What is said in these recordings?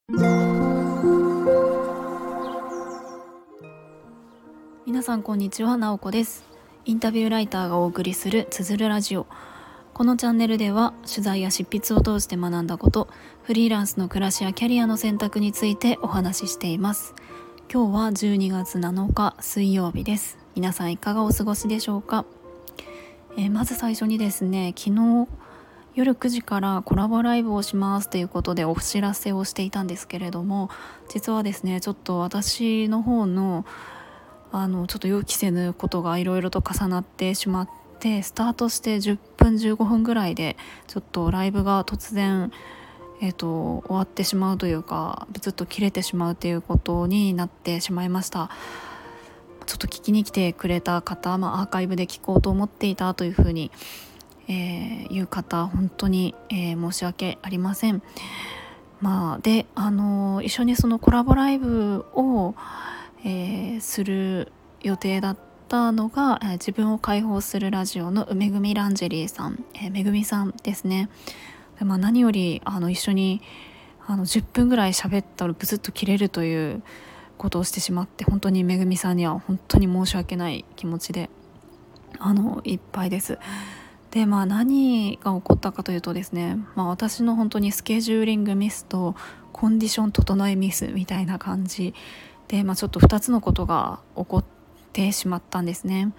皆さんこんにちは、なおこです。インタビューライターがお送りするつづるラジオ。このチャンネルでは取材や執筆を通して学んだこと、フリーランスの暮らしやキャリアの選択についてお話ししています。今日は12月7日水曜日です。皆さんいかがお過ごしでしょうか。まず最初にですね、昨日夜9時からコラボライブをしますということでお知らせをしていたんですけれども、実はですねちょっと私の方のちょっと予期せぬことがいろいろと重なってしまって、スタートして10分15分ぐらいでちょっとライブが突然終わってしまうというか、ずっと切れてしまうということになってしまいました。ちょっと聞きに来てくれた方、アーカイブで聞こうと思っていたというふうに、いう方本当に、申し訳ありません。で一緒にそのコラボライブを、する予定だったのが、自分を解放するラジオのめぐみランジェリーさん、めぐみさんですね。で、何より一緒に10分ぐらい喋ったらブツッと切れるということをしてしまって、本当にめぐみさんには本当に申し訳ない気持ちでいっぱいです。で何が起こったかというとですね、私の本当にスケジューリングミスとコンディション整えミスみたいな感じで、ちょっと2つのことが起こってしまったんですね。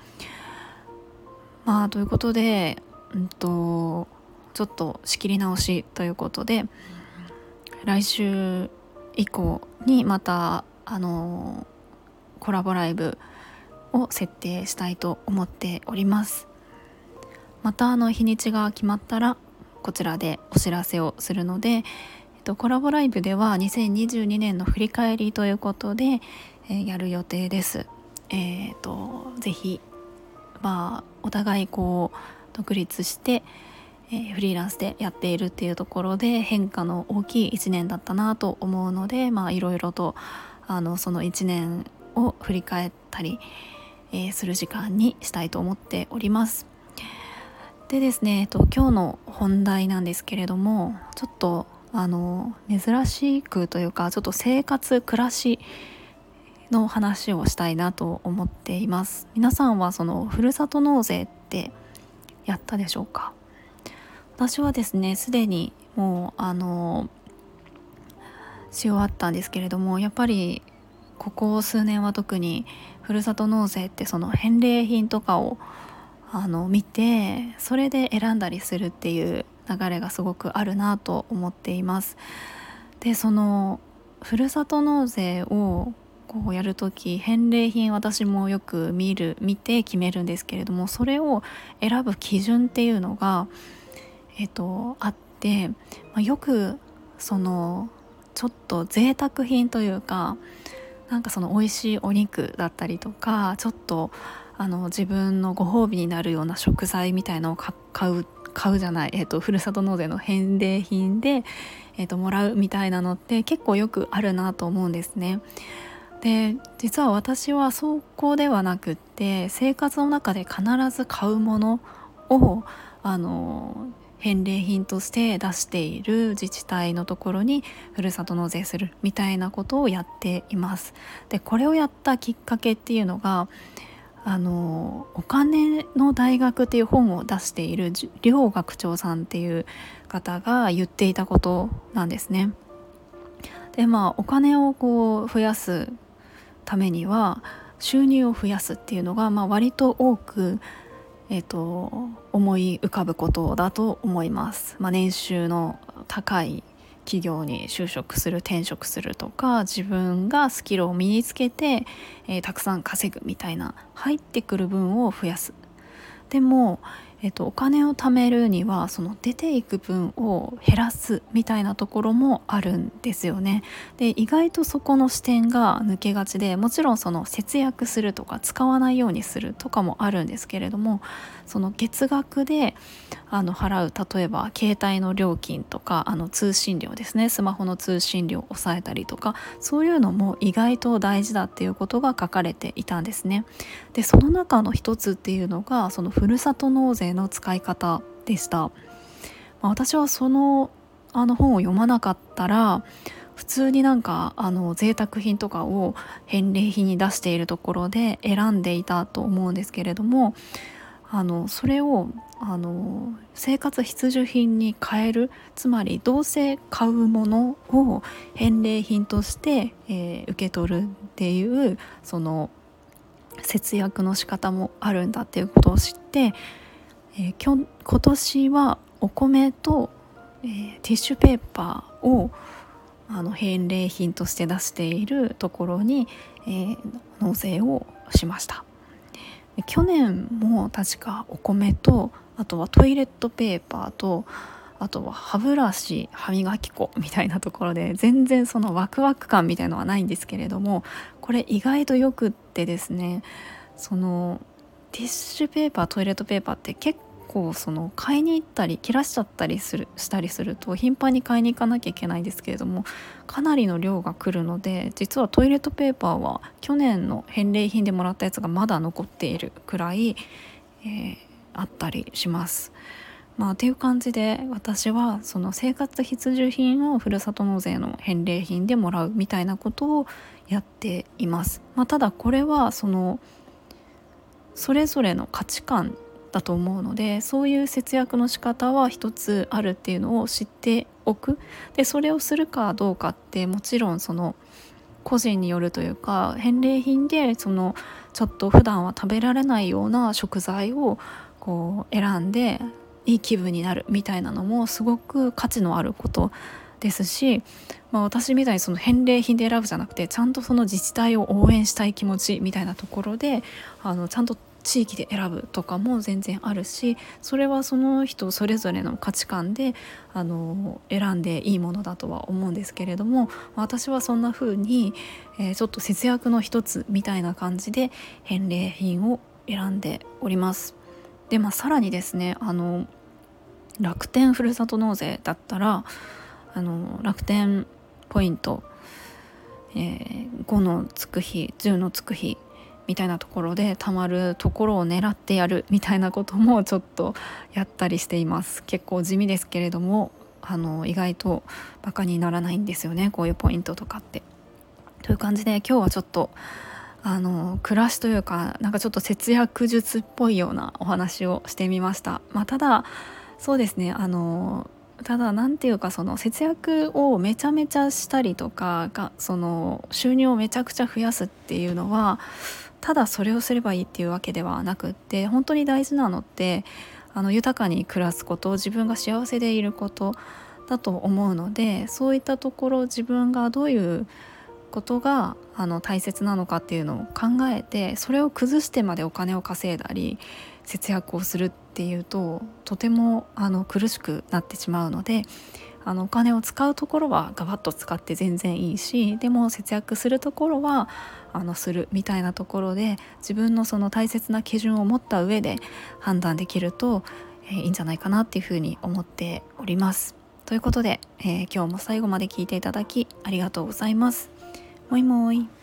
ということで、ちょっと仕切り直しということで、来週以降にまたコラボライブを設定したいと思っております。また日にちが決まったらこちらでお知らせをするので、コラボライブでは2022年の振り返りということで、やる予定です。ぜひ、お互い独立して、フリーランスでやっているっていうところで変化の大きい1年だったなと思うので、いろいろとその1年を振り返ったり、する時間にしたいと思っております。でですね、今日の本題なんですけれども、ちょっと珍しくというか、ちょっと生活暮らしの話をしたいなと思っています。皆さんはそのふるさと納税ってやったでしょうか。私はですね、すでにもうし終わったんですけれども、やっぱりここ数年は特にふるさと納税ってその返礼品とかを見て、それで選んだりするっていう流れがすごくあるなと思っています。で、そのふるさと納税をやるとき、返礼品私もよく見て決めるんですけれども、それを選ぶ基準っていうのがあって、よくそのちょっと贅沢品というか、その美味しいお肉だったりとか、ちょっと自分のご褒美になるような食材みたいなのを買うじゃない、ふるさと納税の返礼品で、もらうみたいなのって結構よくあるなと思うんですね。で、実は私はそこではなくって、生活の中で必ず買うものを返礼品として出している自治体のところにふるさと納税するみたいなことをやっています。で、これをやったきっかけっていうのが、お金の大学っていう本を出している両学長さんっていう方が言っていたことなんですね。で、お金を増やすためには収入を増やすっていうのが、割と多く思い浮かぶことだと思います。年収の高い企業に就職する、転職するとか、自分がスキルを身につけて、たくさん稼ぐみたいな、入ってくる分を増やす。でも、お金を貯めるにはその出ていく分を減らすみたいなところもあるんですよね。で、意外とそこの視点が抜けがちで、もちろんその節約するとか使わないようにするとかもあるんですけれども、その月額で払う、例えば携帯の料金とか通信料ですね、スマホの通信料を抑えたりとか、そういうのも意外と大事だっていうことが書かれていたんですね。で、その中の一つっていうのがそのふるさと納税の使い方でした。私はその本を読まなかったら、 普通になんか贅沢品とかを返礼品に出しているところで選んでいたと思うんですけれども、それを生活必需品に変える、つまりどうせ買うものを返礼品として、受け取るっていうその節約の仕方もあるんだっていうことを知って、今年はお米と、ティッシュペーパーを返礼品として出しているところに、納税をしました。去年も確かお米と、あとはトイレットペーパーと、あとは歯ブラシ、歯磨き粉みたいなところで、全然そのワクワク感みたいのはないんですけれども、これ意外とよくってですね、そのティッシュペーパー、トイレットペーパーって結構その買いに行ったり切らしちゃったりしたりすると頻繁に買いに行かなきゃいけないんですけれども、かなりの量が来るので、実はトイレットペーパーは去年の返礼品でもらったやつがまだ残っているくらい、あったりします。っていう感じで、私はその生活必需品をふるさと納税の返礼品でもらうみたいなことをやっています。ただこれはそれぞれの価値観だと思うので、そういう節約の仕方は一つあるっていうのを知っておく。でそれをするかどうかってもちろんその個人によるというか、返礼品でそのちょっと普段は食べられないような食材をこう選んでいい気分になるみたいなのもすごく価値のあることですし、私みたいにその返礼品で選ぶじゃなくて、ちゃんとその自治体を応援したい気持ちみたいなところでちゃんと地域で選ぶとかも全然あるし、それはその人それぞれの価値観で選んでいいものだとは思うんですけれども、私はそんな風に、ちょっと節約の一つみたいな感じで返礼品を選んでおります。でさらにですね、楽天ふるさと納税だったら楽天ポイント、5のつく日10のつく日みたいなところで貯まるところを狙ってやるみたいなこともちょっとやったりしています。結構地味ですけれども意外とバカにならないんですよね、こういうポイントとかって。という感じで今日はちょっと暮らしというか、なんかちょっと節約術っぽいようなお話をしてみました。ただそうですね、ただなんていうか、その節約をめちゃめちゃしたりとかが、その収入をめちゃくちゃ増やすっていうのは、ただそれをすればいいっていうわけではなくって、本当に大事なのって豊かに暮らすこと、自分が幸せでいることだと思うので、そういったところ自分がどういうことが大切なのかっていうのを考えて、それを崩してまでお金を稼いだり節約をするっていうと、とても苦しくなってしまうので、お金を使うところはガバッと使って全然いいし、でも節約するところはするみたいなところで、自分のその大切な基準を持った上で判断できると、いいんじゃないかなっていうふうに思っております。ということで、今日も最後まで聞いていただきありがとうございます。もいもい。